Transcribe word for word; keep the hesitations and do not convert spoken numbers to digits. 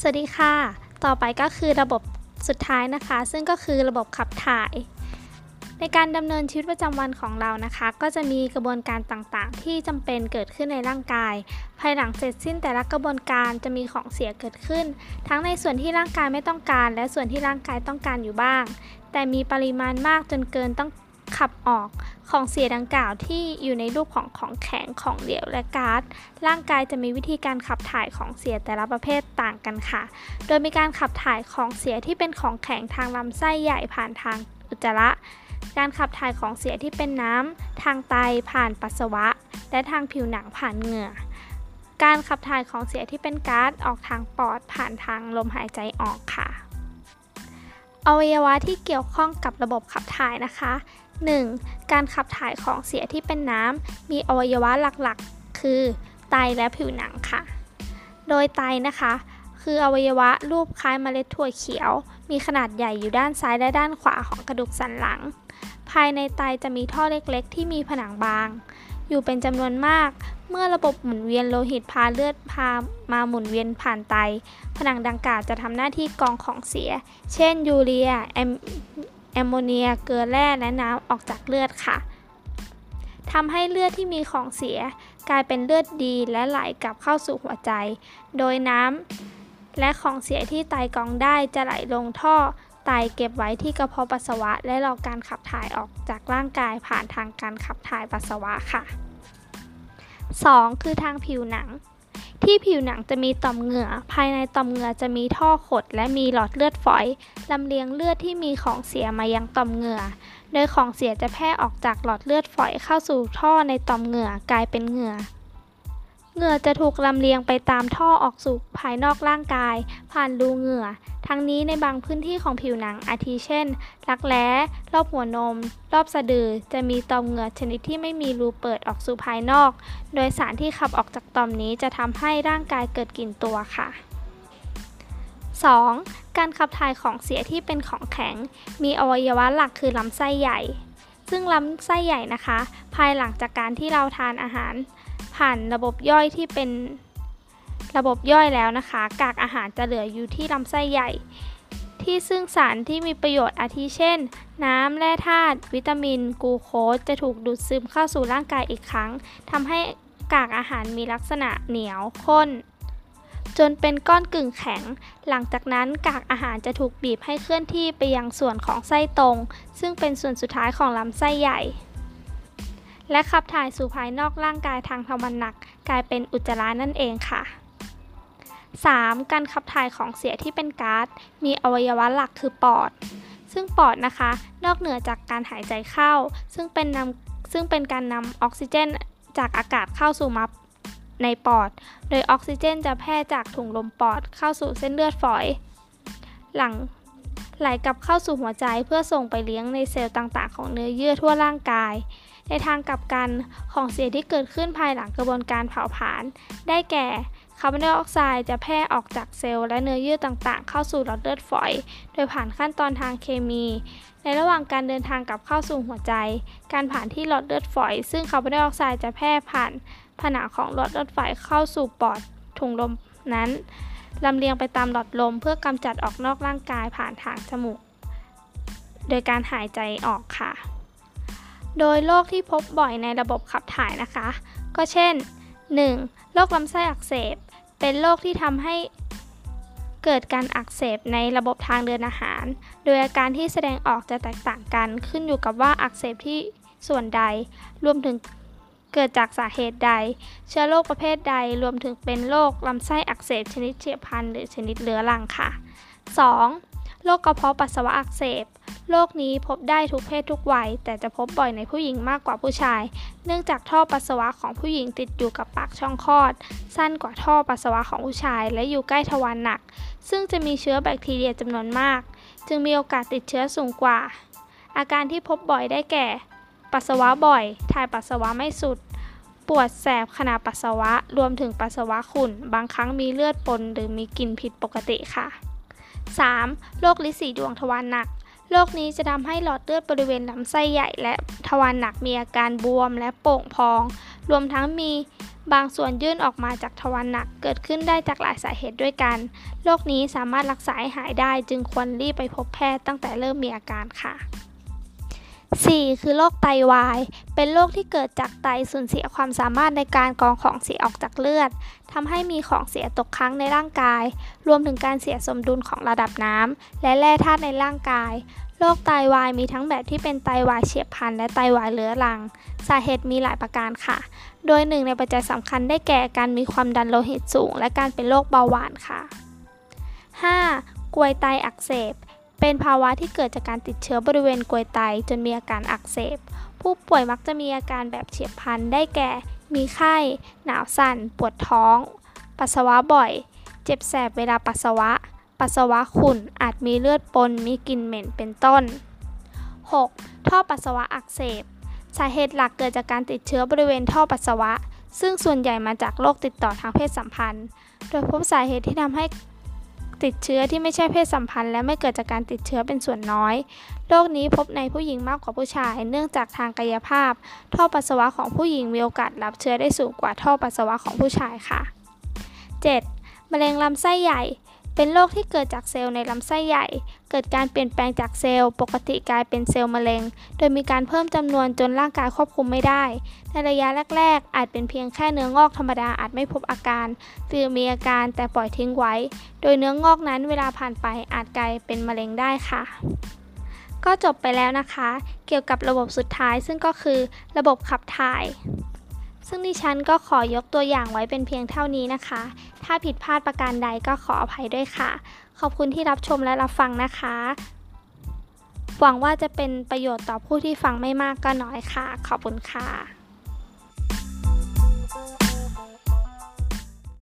สวัสดีค่ะ ต่อไปก็คือระบบสุดท้ายนะคะ ซึ่งก็คือระบบขับถ่าย ในการดำเนินชีวิตประจำวันของเรานะคะ ก็จะมีกระบวนการต่างๆที่จำเป็นเกิดขึ้นในร่างกาย ภายหลังเสร็จสิ้นแต่ละกระบวนการจะมีของเสียเกิดขึ้น ทั้งในส่วนที่ร่างกายไม่ต้องการและส่วนที่ร่างกายต้องการอยู่บ้าง แต่มีปริมาณมากจนเกินต้องขับออก ของเสียดังกล่าวที่อยู่ในรูปของของแข็ง ของเหลว และก๊าซ ร่างกายจะมีวิธีการขับถ่ายของเสียแต่ละประเภทต่างกันค่ะ โดยมีการขับถ่ายของเสียที่เป็นของแข็งทางลำไส้ใหญ่ผ่านทางอุจจาระ การขับถ่ายของเสียที่เป็นน้ำทางไตผ่านปัสสาวะ และทางผิวหนังผ่านเหงื่อ การขับถ่ายของเสียที่เป็นก๊าซออกทางปอดผ่านทางลมหายใจออกค่ะ อวัยวะที่เกี่ยวข้องกับระบบขับถ่ายนะคะหนึ่ง การขับถ่ายของเสียที่เป็นน้ำมีอวัยวะหลักๆ คือไตและผิวหนังค่ะ โดยไตนะคะคืออวัยวะรูปคล้ายเมล็ดถั่วเขียวมีขนาดใหญ่อยู่ด้านซ้ายและด้านขวาของกระดูกสันหลัง ภายในไตจะมีท่อเล็กๆที่มีผนังบางอยู่เป็นจำนวนมากเมื่อระบบหมุนเวียนโลหิตพาเลือดพามาหมุนเวียนผ่านไตผนังดังกล่าวจะทำหน้าที่กรองของเสียเช่นยูเรียแอมแอมโมเนียเกลือแร่และน้ำออกจากเลือดค่ะทำให้เลือดที่มีของเสียกลายเป็นเลือดดีและไหลกลับเข้าสู่หัวใจโดยน้ำและของเสียที่ไตกรองได้จะไหลลงท่อไตเก็บไว้ที่กระเพาะปัสสาวะและรอการขับถ่ายออกจากร่างกายผ่านทางการขับถ่ายปัสสาวะค่ะสองคือทางผิวหนังที่ผิวหนังจะมีต่อมเหงื่อภายในต่อมเหงื่อจะมีท่อขดและมีหลอดเลือดฝอยลำเลียงเลือดที่มีของเสียมายังต่อมเหงื่อโดยของเสียจะแพร่ออกจากหลอดเลือดฝอยเข้าสู่ท่อในต่อมเหงื่อกลายเป็นเหงื่อเหงื่อจะถูกลำเลียงไปตามท่อออกสู่ภายนอกร่างกายผ่านรูเหงื่อทั้งนี้ในบางพื้นที่ของผิวหนังอาทิเช่นรักแร้รอบหัวนมรอบสะดือจะมีต่อมเหงื่อชนิดที่ไม่มีรูเปิดออกสู่ภายนอกโดยสารที่ขับออกจากต่อมนี้จะทำให้ร่างกายเกิดกลิ่นตัวค่ะสอง การขับถ่ายของเสียที่เป็นของแข็งมีอวัยวะหลักคือลำไส้ใหญ่ซึ่งลำไส้ใหญ่นะคะภายหลังจากการที่เราทานอาหารผ่านระบบย่อยที่เป็นระบบย่อยแล้วนะคะกากอาหารจะเหลืออยู่ที่ลำไส้ใหญ่ที่ซึ่งสารที่มีประโยชน์อาทิเช่นน้ำแร่ธาตุวิตามินกลูโคสจะถูกดูดซึมเข้าสู่ร่างกายอีกครั้งทำให้กากอาหารมีลักษณะเหนียวข้นจนเป็นก้อนกึ่งแข็งหลังจากนั้นกากอาหารจะถูกบีบให้เคลื่อนที่ไปยังส่วนของไส้ตรงซึ่งเป็นส่วนสุดท้ายของลำไส้ใหญ่และขับถ่ายสู่ภายนอกร่างกายทางทวารหนักกลายเป็นอุจจาระนั่นเองค่ะสาม การขับถ่ายของเสียที่เป็นก๊าซมีอวัยวะหลักคือปอดซึ่งปอดนะคะนอกเหนือจากการหายใจเข้าซึ่งเป็นนำซึ่งเป็นการนำออกซิเจนจากอากาศเข้าสู่มัดในปอดโดยออกซิเจนจะแพร่จากถุงลมปอดเข้าสู่เส้นเลือดฝอยหลังไหลกลับเข้าสู่หัวใจเพื่อส่งไปเลี้ยงในเซลล์ต่างๆของเนื้อเยื่อทั่วร่างกายในทางกลับกันของเสียที่เกิดขึ้นภายหลังกระบวนการเผาผลาญได้แก่คาร์บอนไดออกไซด์จะแพร่ออกจากเซลล์และเนื้อเยื่อต่างๆเข้าสู่หลอดเลือดฝอยโดยผ่านขั้นตอนทางเคมีในระหว่างการเดินทางกลับเข้าสู่หัวใจการผ่านที่หลอดเลือดฝอยซึ่งคาร์บอนไดออกไซด์จะแพร่ผ่านผนังของหลอดเลือดฝอยเข้าสู่ปอดถุงลมนั้นลำเลียงไปตามหลอดลมเพื่อกำจัดออกนอกร่างกายผ่านทางจมูกโดยการหายใจออกค่ะโดยโรคที่พบบ่อยในระบบขับถ่ายนะคะก็เช่น หนึ่ง โรคลำไส้อักเสบเป็นโรคที่ทำให้เกิดการอักเสบในระบบทางเดินอาหารโดยอาการที่แสดงออกจะแตกต่างกันขึ้นอยู่กับว่าอักเสบที่ส่วนใดรวมถึงเกิดจากสาเหตุใดเชื้อโรคประเภทใดรวมถึงเป็นโรคลำไส้อักเสบชนิดเฉียบพลันหรือชนิดเรื้อรังค่ะ สอง โรคกระเพาะปัสสาวะอักเสบโรคนี้พบได้ทุกเพศทุกวัยแต่จะพบบ่อยในผู้หญิงมากกว่าผู้ชายเนื่องจากท่อปัสสาวะของผู้หญิงติดอยู่กับปากช่องคลอดสั้นกว่าท่อปัสสาวะของผู้ชายและอยู่ใกล้ทวารหนักซึ่งจะมีเชื้อแบคทีเรียจำนวนมากจึงมีโอกาสติดเชื้อสูงกว่าอาการที่พบบ่อยได้แก่ปัสสาวะบ่อยถ่ายปัสสาวะไม่สุดปวดแสบขณะปัสสาวะรวมถึงปัสสาวะขุ่นบางครั้งมีเลือดปนหรือมีกลิ่นผิดปกติค่ะ สาม โรคลิ้นปี่ดวงทวารหนักโรคนี้จะทำให้หลอดเลือดบริเวณลำไส้ใหญ่และทวารหนักมีอาการบวมและโป่งพองรวมทั้งมีบางส่วนยื่นออกมาจากทวารหนักเกิดขึ้นได้จากหลายสาเหตุด้วยกันโรคนี้สามารถรักษาให้หายได้จึงควรรีบไปพบแพทย์ตั้งแต่เริ่มมีอาการค่ะสี่คือโรคไตวายเป็นโรคที่เกิดจากไตสูญเสียความสามารถในการกรองของเสียออกจากเลือดทำให้มีของเสียตกค้างในร่างกายรวมถึงการเสียสมดุลของระดับน้ำและแร่ธาตุในร่างกายโรคไตวายมีทั้งแบบที่เป็นไตวายเฉียบพลันและไตวายเรื้อรังสาเหตุมีหลายประการค่ะโดยหนึ่งในปัจจัยสำคัญได้แก่การมีความดันโลหิตสูงและการเป็นโรคเบาหวานค่ะ ห้า. กรวยไตอักเสบเป็นภาวะที่เกิดจากการติดเชื้อบริเวณกรวยไตจนมีอาการอักเสบผู้ป่วยมักจะมีอาการแบบเฉียบพลันได้แก่มีไข้หนาวสั่นปวดท้องปัสสาวะบ่อยเจ็บแสบเวลาปัสสาวะปัสสาวะขุ่นอาจมีเลือดปนมีกลิ่นเหม็นเป็นต้น หก. ท่อปัสสาวะอักเสบสาเหตุหลักเกิดจากการติดเชื้อบริเวณท่อปัสสาวะซึ่งส่วนใหญ่มาจากโรคติดต่อทางเพศสัมพันธ์โดยพบสาเหตุที่ทำให้ติดเชื้อที่ไม่ใช่เพศสัมพันธ์และไม่เกิดจากการติดเชื้อเป็นส่วนน้อยโรคนี้พบในผู้หญิงมากกว่าผู้ชายเนื่องจากทางกายภาพท่อปัสสาวะของผู้หญิงมีโอกาสรับเชื้อได้สูงกว่าท่อปัสสาวะของผู้ชายค่ะ เจ็ด. มะเร็งลำไส้ใหญ่เป็นโรคที่เกิดจากเซลล์ในลำไส้ใหญ่เกิดการเปลี่ยนแปลงจากเซลล์ปกติกลายเป็นเซลล์มะเร็งโดยมีการเพิ่มจำนวนจนร่างกายควบคุมไม่ได้ในระยะแรกๆอาจเป็นเพียงแค่เนื้องอกธรรมดาอาจไม่พบอาการหรือมีอาการแต่ปล่อยทิ้งไว้โดยเนื้องอกนั้นเวลาผ่านไปอาจกลายเป็นมะเร็งได้ค่ะก็จบไปแล้วนะคะเกี่ยวกับระบบสุดท้ายซึ่งก็คือระบบขับถ่ายซึ่งดิฉันก็ขอยกตัวอย่างไว้เป็นเพียงเท่านี้นะคะถ้าผิดพลาดประการใดก็ขออภัยด้วยค่ะขอบคุณที่รับชมและรับฟังนะคะหวังว่าจะเป็นประโยชน์ต่อผู้ที่ฟังไม่มากก็น้อยค่ะขอบคุณค่ะ